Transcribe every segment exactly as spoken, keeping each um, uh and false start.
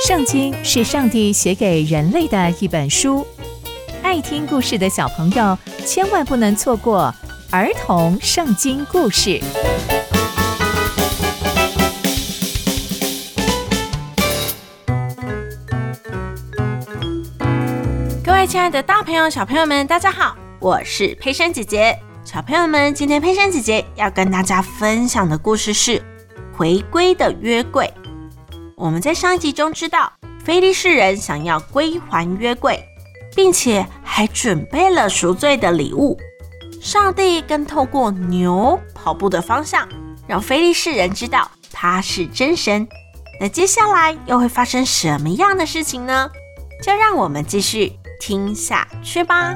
圣经是上帝写给人类的一本书，爱听故事的小朋友千万不能错过儿童圣经故事。 各位亲爱的大朋友小朋友们，大家好，我是佩珊姐姐。小朋友们，今天佩珊姐姐要跟大家分享的故事是回归的约柜。我们在上一集中知道，非利士人想要归还约柜，并且还准备了赎罪的礼物。上帝更透过牛跑步的方向，让非利士人知道他是真神。那接下来又会发生什么样的事情呢？就让我们继续听下去吧。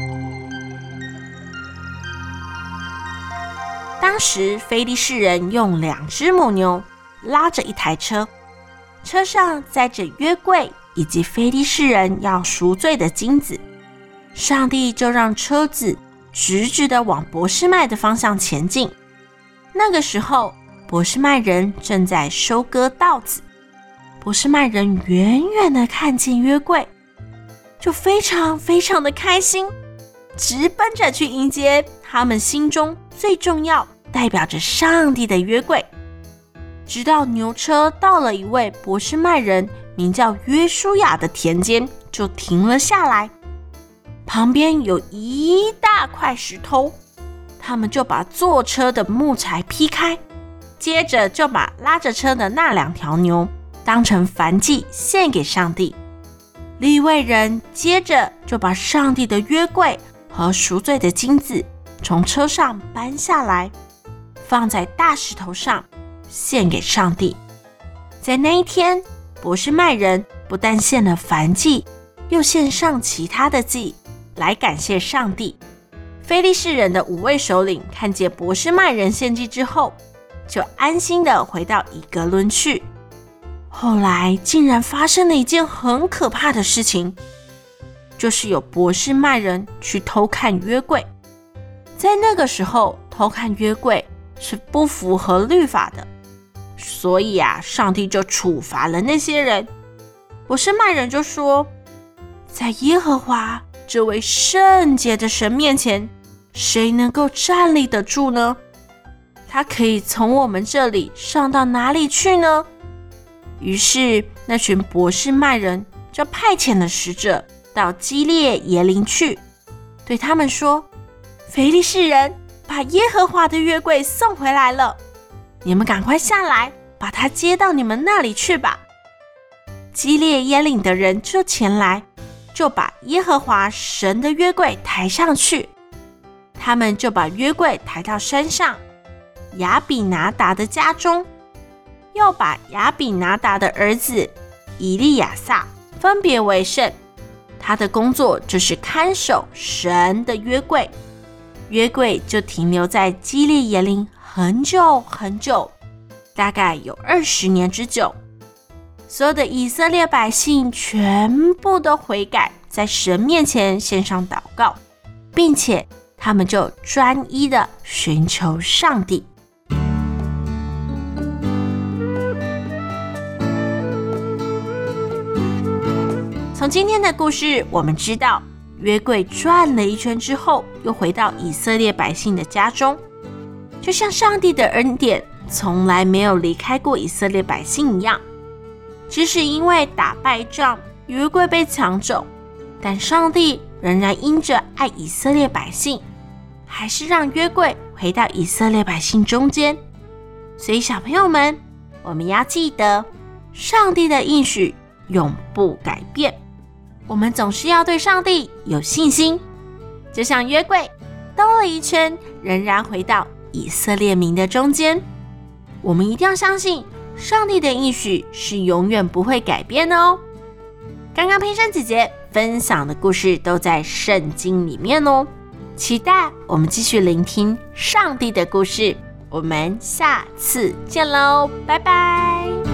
当时非利士人用两只母牛拉着一台车，车上载着约柜以及非利士人要赎罪的金子。上帝就让车子直直的往伯示麦的方向前进。那个时候，伯示麦人正在收割稻子。伯示麦人远远的看见约柜，就非常非常的开心，直奔着去迎接他们心中最重要、代表着上帝的约柜。直到牛车到了一位伯示麦人名叫约书亚的田间，就停了下来。旁边有一大块石头，他们就把坐车的木材劈开，接着就把拉着车的那两条牛当成燔祭献给上帝。利未人接着就把上帝的约柜和赎罪的金子从车上搬下来，放在大石头上献给上帝。在那一天，伯示麦人不但献了燔祭，又献上其他的祭来感谢上帝。非利士人的五位首领看见伯示麦人献祭之后，就安心的回到以革伦去。后来竟然发生了一件很可怕的事情，就是有伯示麦人去偷看约柜。在那个时候，偷看约柜是不符合律法的，所以啊，上帝就处罚了那些人。伯示麦人就说，在耶和华这位圣洁的神面前，谁能够站立得住呢？他可以从我们这里上到哪里去呢？于是那群伯示麦人就派遣了使者到基列耶琳去，对他们说，非利士人把耶和华的约柜送回来了，你们赶快下来，把它接到你们那里去吧。基列耶琳的人就前来，就把耶和华神的约柜抬上去。他们就把约柜抬到山上亚比拿达的家中，又把亚比拿达的儿子以利亚撒分别为圣，他的工作就是看守神的约柜。约柜就停留在基列耶琳很久很久，大概有二十年之久。所有的以色列百姓全部都悔改，在神面前献上祷告，并且他们就专一的寻求上帝。从今天的故事，我们知道约柜转了一圈之后，又回到以色列百姓的家中，就像上帝的恩典从来没有离开过以色列百姓一样。只是因为打败仗，约柜被抢走，但上帝仍然因着爱以色列百姓，还是让约柜回到以色列百姓中间。所以小朋友们，我们要记得，上帝的应许永不改变。我们总是要对上帝有信心，就像约柜兜了一圈，仍然回到以色列民的中间。我们一定要相信上帝的应许是永远不会改变的哦。刚刚佩珊姐姐分享的故事都在圣经里面哦，期待我们继续聆听上帝的故事。我们下次见喽，拜拜。